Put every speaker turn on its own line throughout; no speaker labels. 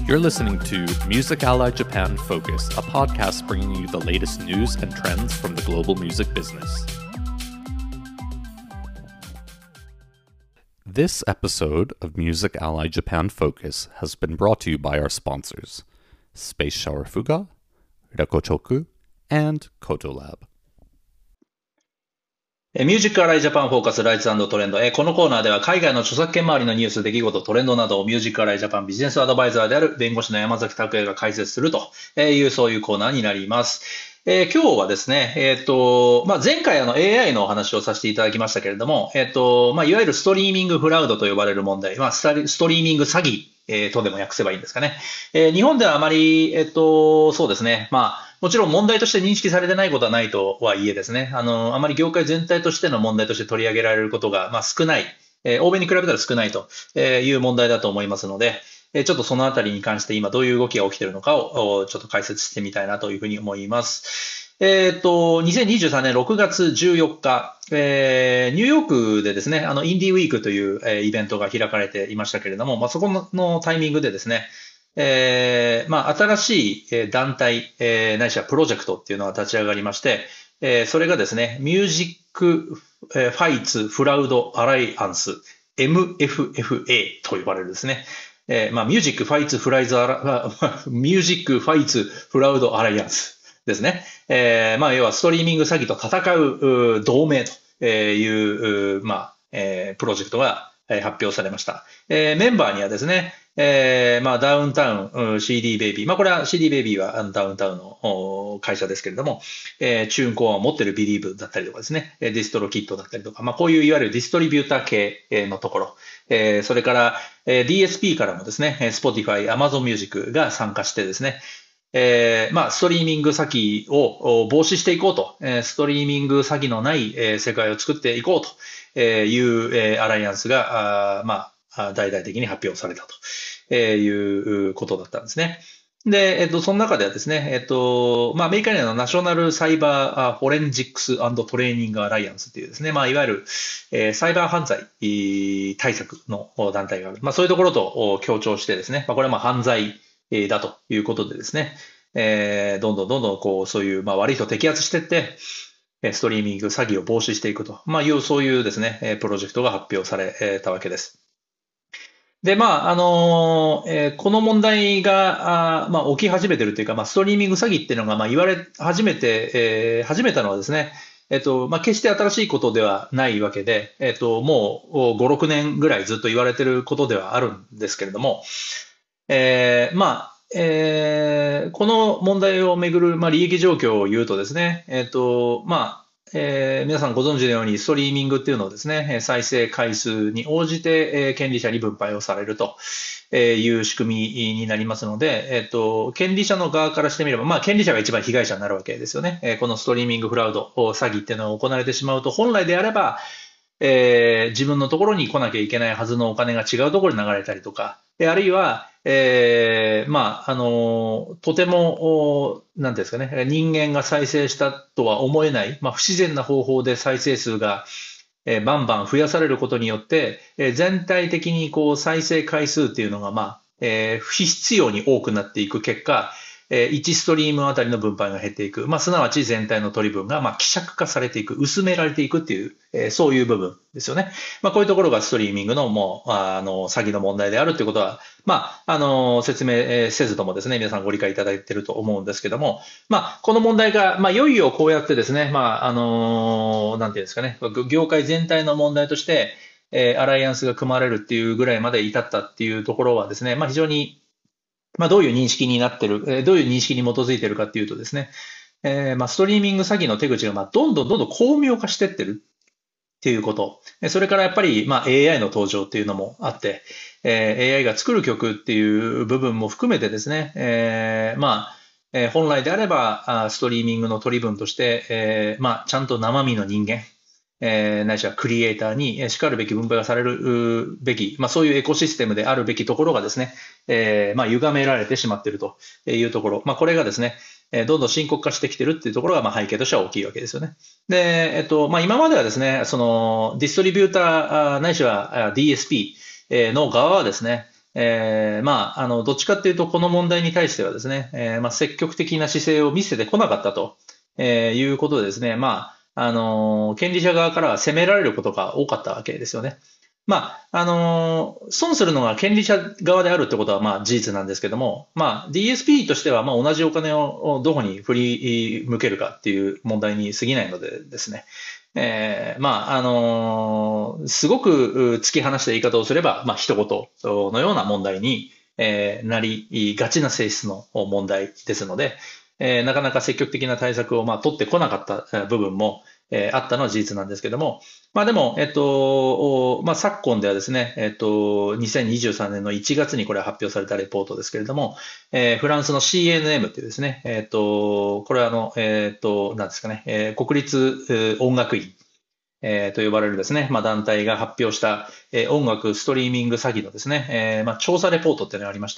You're listening to Music Ally Japan Focus, a podcast bringing you the latest news and trends from the global music business. This episode of Music Ally Japan Focus has been brought to you by our sponsors, Space Shower Fuga, Rekochoku, and Kotolab.
ミュージックアライジャパンフォーカスライツ&トレンド。このコーナーでは海外の著作権周りのニュース、出来事、トレンドなどをミュージックアライジャパンビジネスアドバイザーである弁護士の山崎拓也が解説するという、そういうコーナーになります。今日はですね、前回AI のお話をさせていただきましたけれども、いわゆるストリーミングフラウドと呼ばれる問題、ストリーミング詐欺、とでも訳せばいいんですかね。日本ではあまり、そうですね、もちろん問題として認識されてないことはないとはいえですね、あまり業界全体としての問題として取り上げられることが、少ない、欧米に比べたら少ないという問題だと思いますので、ちょっとそのあたりに関して今どういう動きが起きているのかをちょっと解説してみたいなというふうに思います。2023年6月14日、ニューヨークでですね、インディーウィークというイベントが開かれていましたけれども、そこのタイミングでですね、新しい団体、ないしはプロジェクトっていうのが立ち上がりまして、それがですね、ミュージックファイツフラウドアライアンス MFFA と呼ばれるですね、ミュージックファイツフラウドアライアンスですね。要はストリーミング詐欺と戦う同盟という、プロジェクトが発表されました。メンバーにはですね、ダウンタウン、CD ベイビー。これは CD ベイビーはダウンタウンの会社ですけれども、チューンコアを持っているビリーブだったりとかですね、ディストロキットだったりとか、こういういわゆるディストリビューター系のところ、それから DSP からもですね、Spotify、Amazon Music が参加してですね、ストリーミング詐欺を防止していこうと、ストリーミング詐欺のない世界を作っていこうというアライアンスが、大々的に発表されたということだったんですね。で、その中ではですね、アメリカにはナショナルサイバーフォレンジックス&トレーニングアライアンスというですね、いわゆる、サイバー犯罪対策の団体がある。そういうところと協調してですね、これは犯罪だということでですね、どんどんこう、そういう悪い人を摘発していって、ストリーミング詐欺を防止していくという、そういうですね、プロジェクトが発表されたわけです。で、この問題が、起き始めているというか、ストリーミング詐欺っていうのが、言われ始めたのはですね、決して新しいことではないわけで、もう5、6年ぐらいずっと言われていることではあるんですけれども、この問題をめぐる、利益状況を言うとですね、皆さんご存知のようにストリーミングっていうのをですね、再生回数に応じて権利者に分配をされるという仕組みになりますので、権利者の側からしてみれば、権利者が一番被害者になるわけですよね。このストリーミングフラウド詐欺っていうのが行われてしまうと、本来であれば、自分のところに来なきゃいけないはずのお金が違うところに流れたりとか、あるいは、とても、なんていうんですかね、人間が再生したとは思えない、不自然な方法で再生数が、バンバン増やされることによって、全体的にこう再生回数っていうのが、不必要に多くなっていく結果、1ストリームあたりの分配が減っていく。すなわち全体の取り分が、希釈化されていく、薄められていくっていう、そういう部分ですよね。こういうところがストリーミングのもう、詐欺の問題であるということは、説明せずともですね、皆さんご理解いただいていると思うんですけども、この問題が、いよいよこうやってですね、なんていうんですかね、業界全体の問題として、アライアンスが組まれるっていうぐらいまで至ったっていうところはですね、非常にどういう認識になってる、どういう認識に基づいているかっていうとですね、ストリーミング詐欺の手口がどんどん巧妙化していってるっていうこと。それからやっぱりAI の登場っていうのもあって、AI が作る曲っていう部分も含めてですね、本来であればストリーミングの取り分として、ちゃんと生身の人間、ないしはクリエイターにしかるべき分配がされるべき、そういうエコシステムであるべきところがですね、歪められてしまっているというところ、これがですね、どんどん深刻化してきているっていうところが背景としては大きいわけですよね。で、今まではですね、そのディストリビューターないしは DSP の側はですね、 どっちかっていうと、この問題に対してはですね、積極的な姿勢を見せてこなかったと、いうことでですね、権利者側からは責められることが多かったわけですよね。損するのが権利者側であるってことは事実なんですけども、DSP としては同じお金をどこに振り向けるかっていう問題に過ぎないのでですね、すごく突き放した言い方をすれば、一言のような問題に、なりがちな性質の問題ですので、なかなか積極的な対策を取ってこなかった部分も、あったのは事実なんですけども、でも、昨今ではですね、2023年の1月にこれは発表されたレポートですけれども、フランスの CNM というですね、これはなんですかね、国立音楽院、と呼ばれるですね、団体が発表した、音楽ストリーミング詐欺のですね、調査レポートっていうのがありまして、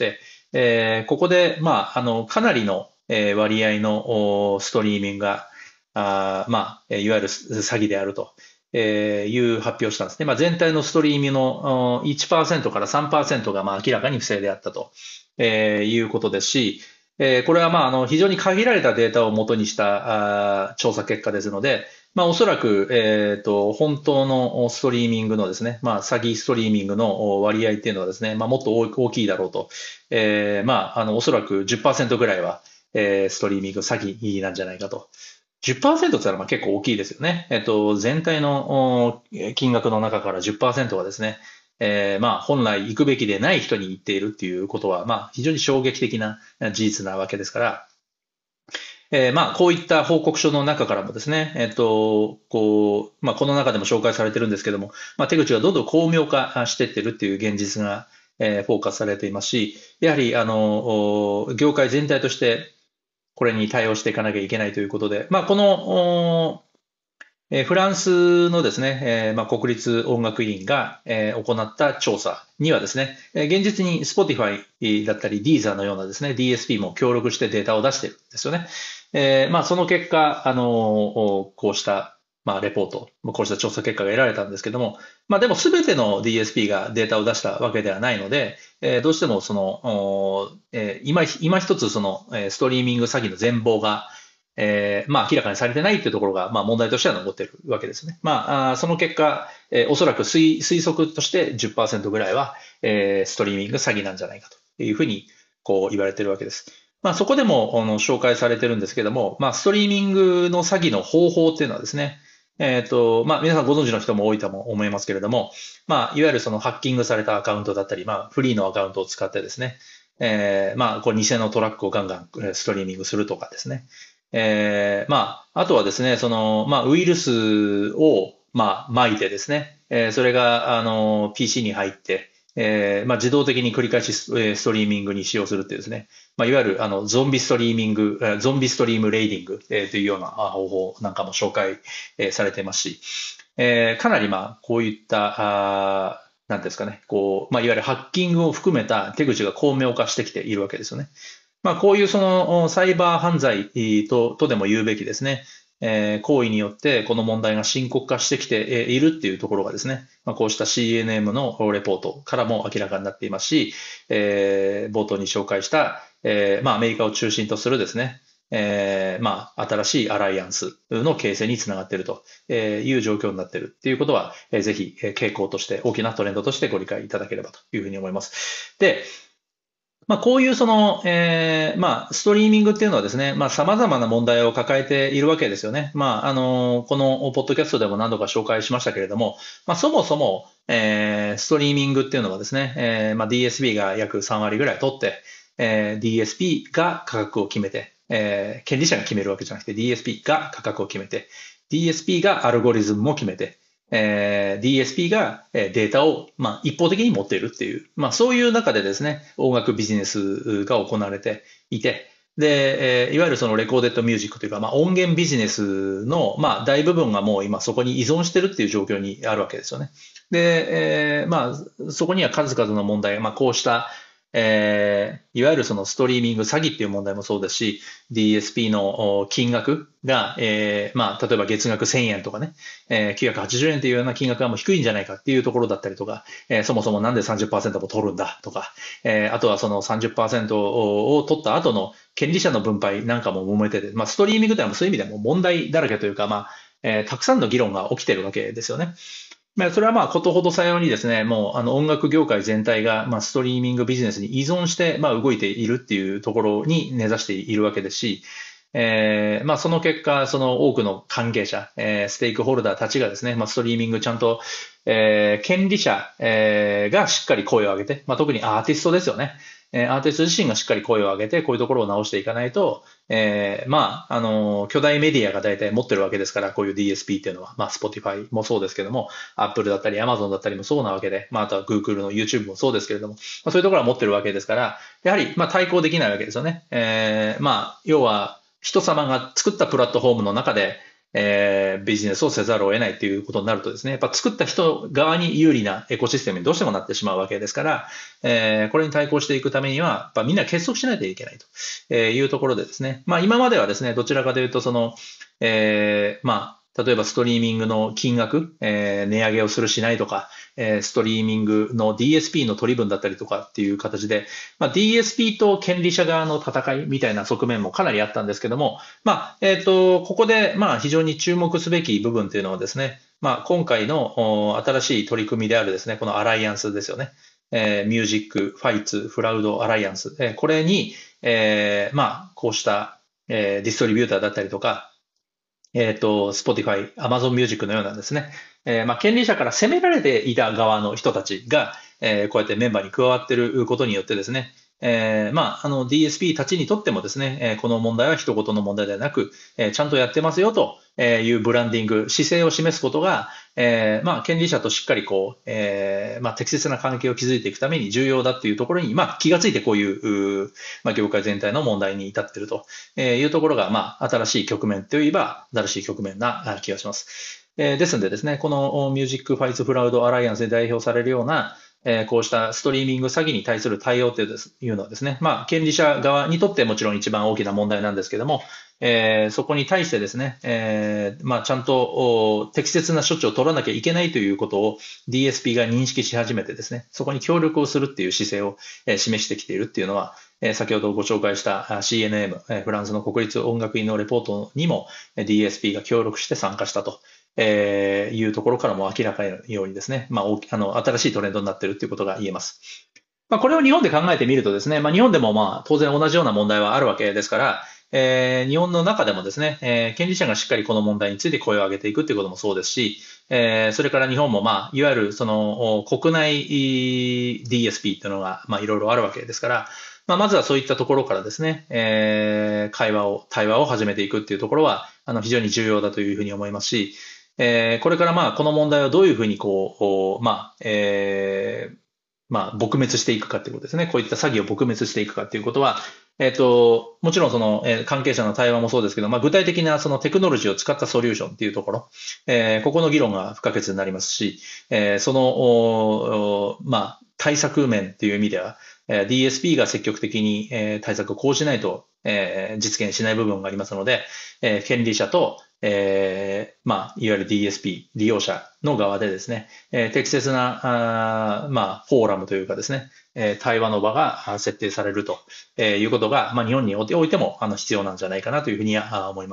ここで、かなりの、割合のストリーミングが、いわゆる詐欺であると。いう発表をしたんですね。全体のストリーミングの1%から3%が明らかに不正であったと、いうことですし、これは非常に限られたデータを元にした調査結果ですので、おそらく、本当のストリーミングのですね、詐欺ストリーミングの割合っていうのはですね、もっと大きいだろうと、おそらく 10% ぐらいは、ストリーミング詐欺なんじゃないかと。10% って言ったら結構大きいですよね。全体の金額の中から 10% がですね、本来行くべきでない人に行っているっていうことは、非常に衝撃的な事実なわけですから、こういった報告書の中からもですね、この中でも紹介されてるんですけども、手口がどんどん巧妙化していってるっていう現実が、フォーカスされていますし、やはり、業界全体として、これに対応していかなきゃいけないということで、この、フランスのですね、国立音楽院が、行った調査にはですね、現実に Spotify だったり Deezer のようなですね、DSP も協力してデータを出しているんですよね。その結果、こうしたレポート、こうした調査結果が得られたんですけども、でも全ての DSP がデータを出したわけではないので、どうしてもその、今一つそのストリーミング詐欺の全貌が、明らかにされてないというところが、問題としては残っているわけですね。その結果、おそらく推測として 10% ぐらいは、ストリーミング詐欺なんじゃないかというふうにこう言われているわけです。そこでも紹介されてるんですけども、ストリーミングの詐欺の方法っていうのはですね、皆さんご存知の人も多いと思いますけれども、いわゆるそのハッキングされたアカウントだったり、フリーのアカウントを使ってですね、こう偽のトラックをガンガンストリーミングするとかですね。あとはですね、その、ウイルスを、撒いてですね、それが、PC に入って、自動的に繰り返しストリーミングに使用するっていうですね、いわゆるゾンビストリーミング、ゾンビストリームレイディング、というような方法なんかも紹介、されてますし、かなりこういったなんですかね、こう、いわゆるハッキングを含めた手口が巧妙化してきているわけですよね。こういうそのサイバー犯罪とでも言うべきですね、行為によってこの問題が深刻化してきているっていうところがですね、こうした CNM のレポートからも明らかになっていますし、冒頭に紹介した、アメリカを中心とするですね、新しいアライアンスの形成につながっているという状況になっているということは、ぜひ傾向として大きなトレンドとしてご理解いただければというふうに思います。で、こういうその、ストリーミングっていうのはですね、様々な問題を抱えているわけですよね。このポッドキャストでも何度か紹介しましたけれども、そもそも、ストリーミングっていうのはですね、DSP が約3割ぐらい取って、DSP が価格を決めて、権利者が決めるわけじゃなくて DSP が価格を決めて、DSP がアルゴリズムも決めて、DSP がデータを、一方的に持っているっていう、そういう中でですね、音楽ビジネスが行われていて、で、いわゆるそのレコーデッドミュージックというか、音源ビジネスの、大部分がもう今そこに依存してるっていう状況にあるわけですよね。で、そこには数々の問題、こうしたいわゆるそのストリーミング詐欺っていう問題もそうですし、DSP の金額が、まあ、例えば月額1000円とかね、980円というような金額がもう低いんじゃないかっていうところだったりとか、そもそもなんで 30% も取るんだとか、あとはその 30% を取った後の権利者の分配なんかも揉めてて、まあ、ストリーミングではそういう意味でも問題だらけというか、まあ、たくさんの議論が起きてるわけですよね。まあ、それはまあ、ことほどさようにですね、もう、音楽業界全体が、まあ、ストリーミングビジネスに依存して、まあ、動いているっていうところに根ざしているわけですし、まあ、その結果、その多くの関係者、ステークホルダーたちがですね、まあ、ストリーミングちゃんと、権利者、がしっかり声を上げて、まあ、特にアーティストですよね。アーティスト自身がしっかり声を上げて、こういうところを直していかないと、まあ、巨大メディアが大体持ってるわけですから、こういう DSP っていうのは、まあ、Spotify もそうですけども、Apple だったり Amazon だったりもそうなわけで、まあ、あとは Google の YouTube もそうですけれども、まあ、そういうところは持ってるわけですから、やはり、まあ、対抗できないわけですよね。まあ、要は、人様が作ったプラットフォームの中で、ビジネスをせざるを得ないということになるとですね、やっぱ作った人側に有利なエコシステムにどうしてもなってしまうわけですから、これに対抗していくためには、やっぱみんな結束しないといけないというところでですね、まあ今まではですね、どちらかというと、その、まあ、例えばストリーミングの金額、値上げをするしないとか、ストリーミングの DSP の取り分だったりとかっていう形で、まあ、DSP と権利者側の戦いみたいな側面もかなりあったんですけども、まあ、ここで、まあ、非常に注目すべき部分というのはですね、まあ、今回の新しい取り組みであるですね、このアライアンスですよね。ミュージック、ファイツ、フラウド、アライアンス。これに、まあ、こうした、ディストリビューターだったりとか、Spotify、Amazon Music のようなですね、まあ、権利者から責められていた側の人たちが、こうやってメンバーに加わっていることによってですね、まあ、DSP たちにとってもですね、この問題は一言の問題ではなく、ちゃんとやってますよというブランディング、姿勢を示すことが、まあ、権利者としっかりこう、まあ、適切な関係を築いていくために重要だっていうところに、まあ、気がついてこういう、まあ、業界全体の問題に至っているというところが、まあ、新しい局面といえば、新しい局面な気がします。ですのでですね、このミュージックファイツフラウドアライアンスで代表されるような、こうしたストリーミング詐欺に対する対応というのはですね、まあ、権利者側にとってもちろん一番大きな問題なんですけども、そこに対してですね、まあ、ちゃんと適切な処置を取らなきゃいけないということを DSP が認識し始めてですね、そこに協力をするっていう姿勢を示してきているっていうのは、先ほどご紹介した CNM、フランスの国立音楽院のレポートにも DSP が協力して参加したと。いうところからも明らかなようにですね、まあ、新しいトレンドになっているということが言えます。まあ、これを日本で考えてみるとですね、まあ、日本でもまあ当然同じような問題はあるわけですから、日本の中でもですね、権利者がしっかりこの問題について声を上げていくということもそうですし、それから日本もまあ、いわゆるその国内 DSP というのがまあいろいろあるわけですから、まあ、まずはそういったところからですね、対話を始めていくっていうところは、非常に重要だというふうに思いますし、これからまあこの問題をどういうふうにこう、まあ、まあ、撲滅していくかということですね。こういった詐欺を撲滅していくかということは、もちろんその、関係者の対話もそうですけど、まあ、具体的なそのテクノロジーを使ったソリューションっていうところ、ここの議論が不可欠になりますし、その、まあ、対策面っていう意味では、DSP が積極的に対策を講じないと実現しない部分がありますので、権利者とまあ、いわゆる DSP 利用者の側でですね、適切なまあ、フォーラムというかですね、対話の場が設定されるということが、まあ、日本においても必要なんじゃないかなというふうには思います。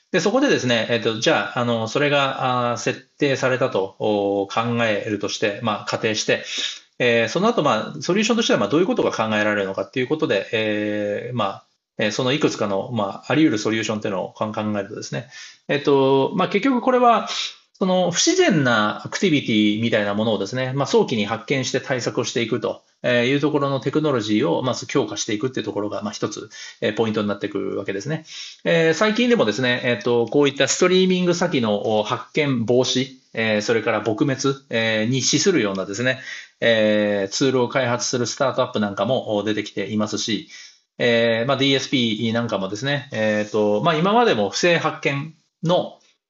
で、そこでですね、じゃあ、それが設定されたと考えるとして、まあ、仮定して、その後、まあ、ソリューションとしては、まあ、どういうことが考えられるのかということで、まあ、そのいくつかの、まあ、あり得るソリューションというのを考えるとですね、まあ、結局これは、その不自然なアクティビティみたいなものをですね、まあ、早期に発見して対策をしていくというところのテクノロジーをまず強化していくっていうところが、まあ、一つポイントになってくるわけですね。最近でもですね、こういったストリーミング先の発見防止、それから撲滅に資するようなですね、ツールを開発するスタートアップなんかも出てきていますし、まあ、DSP なんかもですね、まあ、今までも不正発見の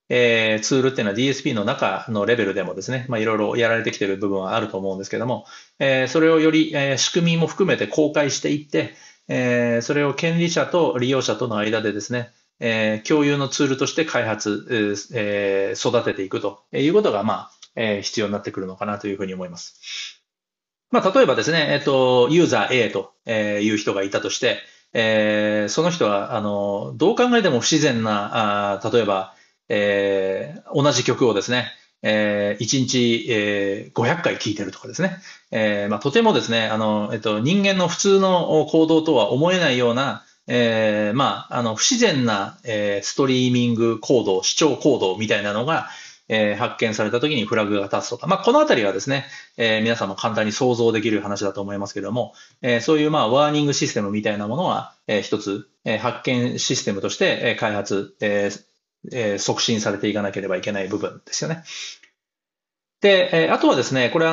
ツールっていうのは DSP の中のレベルでもですね、いろいろやられてきている部分はあると思うんですけども、それをより、仕組みも含めて公開していって、それを権利者と利用者との間でですね、共有のツールとして開発、育てていくということが、必要になってくるのかなというふうに思います。例えばですね、ユーザー A という人がいたとして、その人は、どう考えても不自然な、例えば、同じ曲をですね、1日、500回聴いてるとかですね、とてもですね、人間の普通の行動とは思えないような、不自然な、ストリーミング行動、視聴行動みたいなのが、発見されたときにフラグが立つとか、このあたりはですね、皆さんも簡単に想像できる話だと思いますけれども、そういうワーニングシステムみたいなものは、一つ、発見システムとして、開発、促進されていかなければいけない部分ですよね。で、あとはですね、これ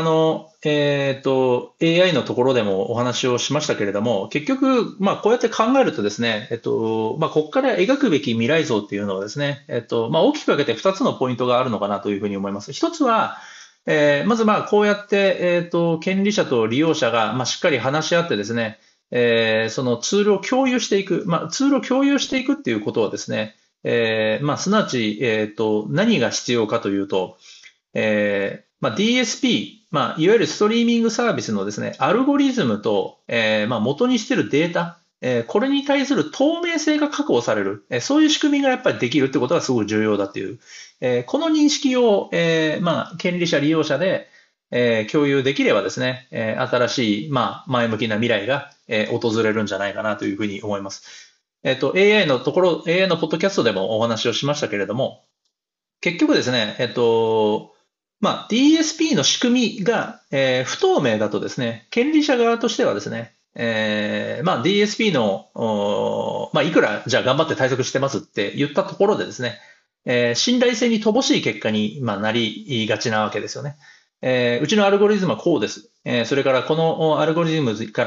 AI のところでもお話をしましたけれども、結局、こうやって考えるとですね、ここから描くべき未来像っていうのはですね、大きく分けて2つのポイントがあるのかなというふうに思います。一つは、まずこうやって、権利者と利用者が、しっかり話し合ってですね、そのツールを共有していく、ツールを共有していくっていうことはですね、すなわち、何が必要かというと、DSP、いわゆるストリーミングサービスのですね、アルゴリズムと、元にしているデータ、これに対する透明性が確保される、そういう仕組みがやっぱりできるってことがすごく重要だという、この認識を、権利者、利用者で、共有できればですね、新しい、前向きな未来が、訪れるんじゃないかなというふうに思います。AI のところ、AI のポッドキャストでもお話をしましたけれども、結局ですね、DSP の仕組みが、不透明だとですね、権利者側としてはですね、DSP の、いくらじゃあ頑張って対策してますって言ったところでですね、信頼性に乏しい結果に、なりがちなわけですよね。うちのアルゴリズムはこうです。それからこのアルゴリズムから、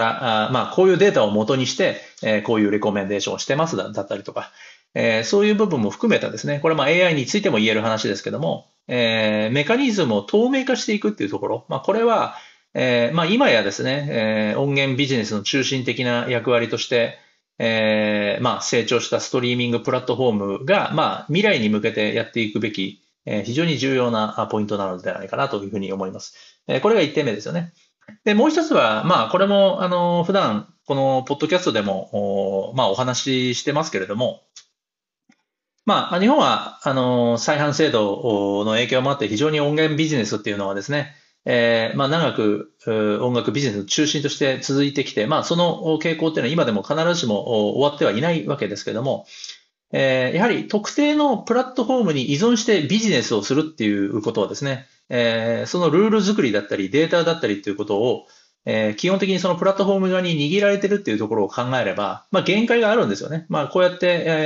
こういうデータを元にして、こういうレコメンデーションをしてますだったりとか、そういう部分も含めたですね、これはAI についても言える話ですけども、メカニズムを透明化していくっていうところ、これは、今やですね、音源ビジネスの中心的な役割として、成長したストリーミングプラットフォームが、未来に向けてやっていくべき、非常に重要なポイントなのではないかなというふうに思います。これが1点目ですよね。で、もう一つは、これも、普段、このポッドキャストでも、お話ししてますけれども、日本は、再販制度の影響もあって、非常に音源ビジネスっていうのはですね、長く音楽ビジネスの中心として続いてきて、その傾向っていうのは今でも必ずしも終わってはいないわけですけども、やはり特定のプラットフォームに依存してビジネスをするっていうことはですね、そのルール作りだったりデータだったりっていうことを、基本的にそのプラットフォーム側に握られてるっていうところを考えれば、限界があるんですよね。こうやって、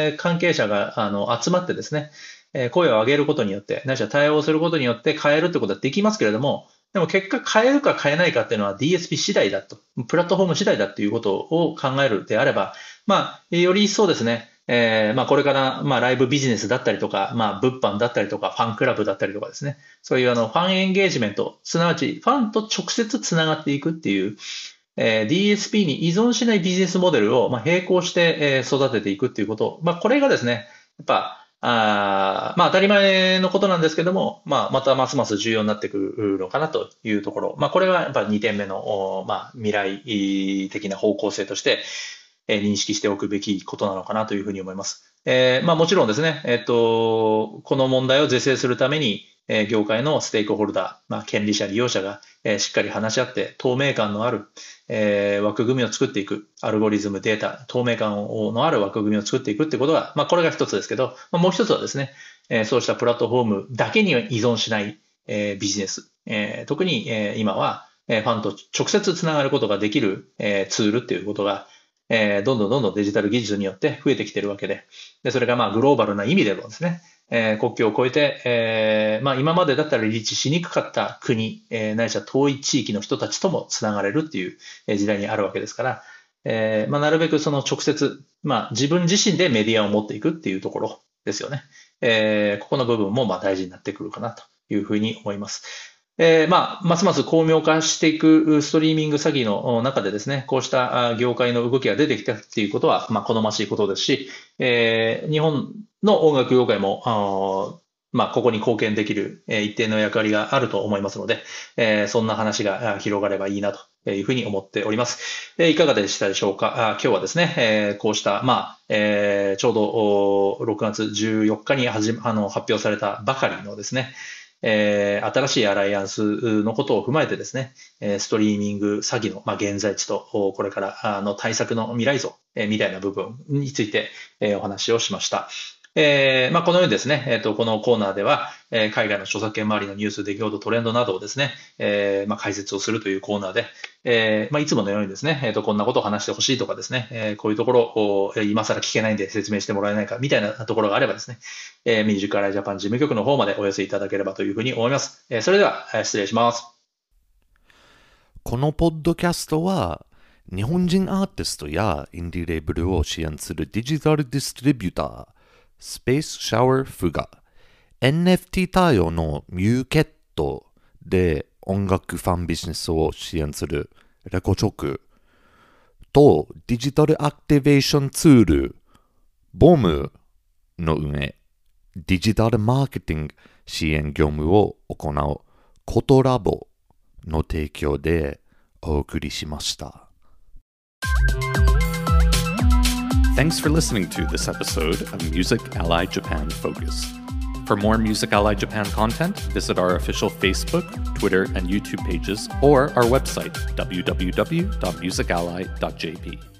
関係者が集まってですね、声を上げることによって、ないしは対応することによって変えるってことはできますけれども、でも結果変えるか変えないかっていうのは DSP 次第だと、プラットフォーム次第だっていうことを考えるであれば、より一層ですね、これから、ライブビジネスだったりとか、物販だったりとか、ファンクラブだったりとかですね、そういうファンエンゲージメント、すなわちファンと直接つながっていくっていう、DSP に依存しないビジネスモデルを、並行して、育てていくっていうこと、これがですね、やっぱ、当たり前のことなんですけども、またますます重要になってくるのかなというところ。これはやっぱ2点目の、未来的な方向性として、認識しておくべきことなのかなというふうに思います。もちろんですね、この問題を是正するために、業界のステークホルダー、権利者、利用者が、しっかり話し合って透明感のある、枠組みを作っていく、アルゴリズム、データ、透明感のある枠組みを作っていくってことが、これが一つですけど、もう一つはですね、そうしたプラットフォームだけに依存しない、ビジネス、特に、今は、ファンと直接つながることができる、ツールっていうことが、どんどんデジタル技術によって増えてきているわけで、それがグローバルな意味でもですね、国境を越えて、今までだったらリーチしにくかった国、ないしは遠い地域の人たちともつながれるっていう時代にあるわけですから、なるべくその直接、自分自身でメディアを持っていくっていうところですよね。 ここの部分も大事になってくるかなというふうに思います。ますます巧妙化していくストリーミング詐欺の中でですね、こうした業界の動きが出てきたっていうことは、好ましいことですし、日本の音楽業界も、ここに貢献できる一定の役割があると思いますので、そんな話が広がればいいなというふうに思っております。いかがでしたでしょうか。今日はですね、こうした、ちょうど6月14日に発表されたばかりのですね、新しいアライアンスのことを踏まえてですね、ストリーミング詐欺の現在地とこれからの対策の未来像みたいな部分についてお話をしました。このようにですね、このコーナーでは、海外の著作権周りのニュース、出来事、トレンドなどをですね、解説をするというコーナーで、いつものようにですね、こんなことを話してほしいとかですね、こういうところを今更聞けないんで説明してもらえないかみたいなところがあればですね、ミュージックアライジャパン事務局の方までお寄せいただければというふうに思います。それでは、失礼します。
このポッドキャストは、日本人アーティストやインディーレーブルを支援するデジタルディストリビューター、スペースシャワーフが NFT 対応のミューケットで音楽ファンビジネスを支援するレコチョクとデジタルアクティベーションツールボムの運営、デジタルマーケティング支援業務を行うコトラボの提供でお送りしました。Thanks for listening to this episode of Music Ally Japan Focus. For more Music Ally Japan content, visit our official Facebook, Twitter, and YouTube pages or our website, www.musically.jp.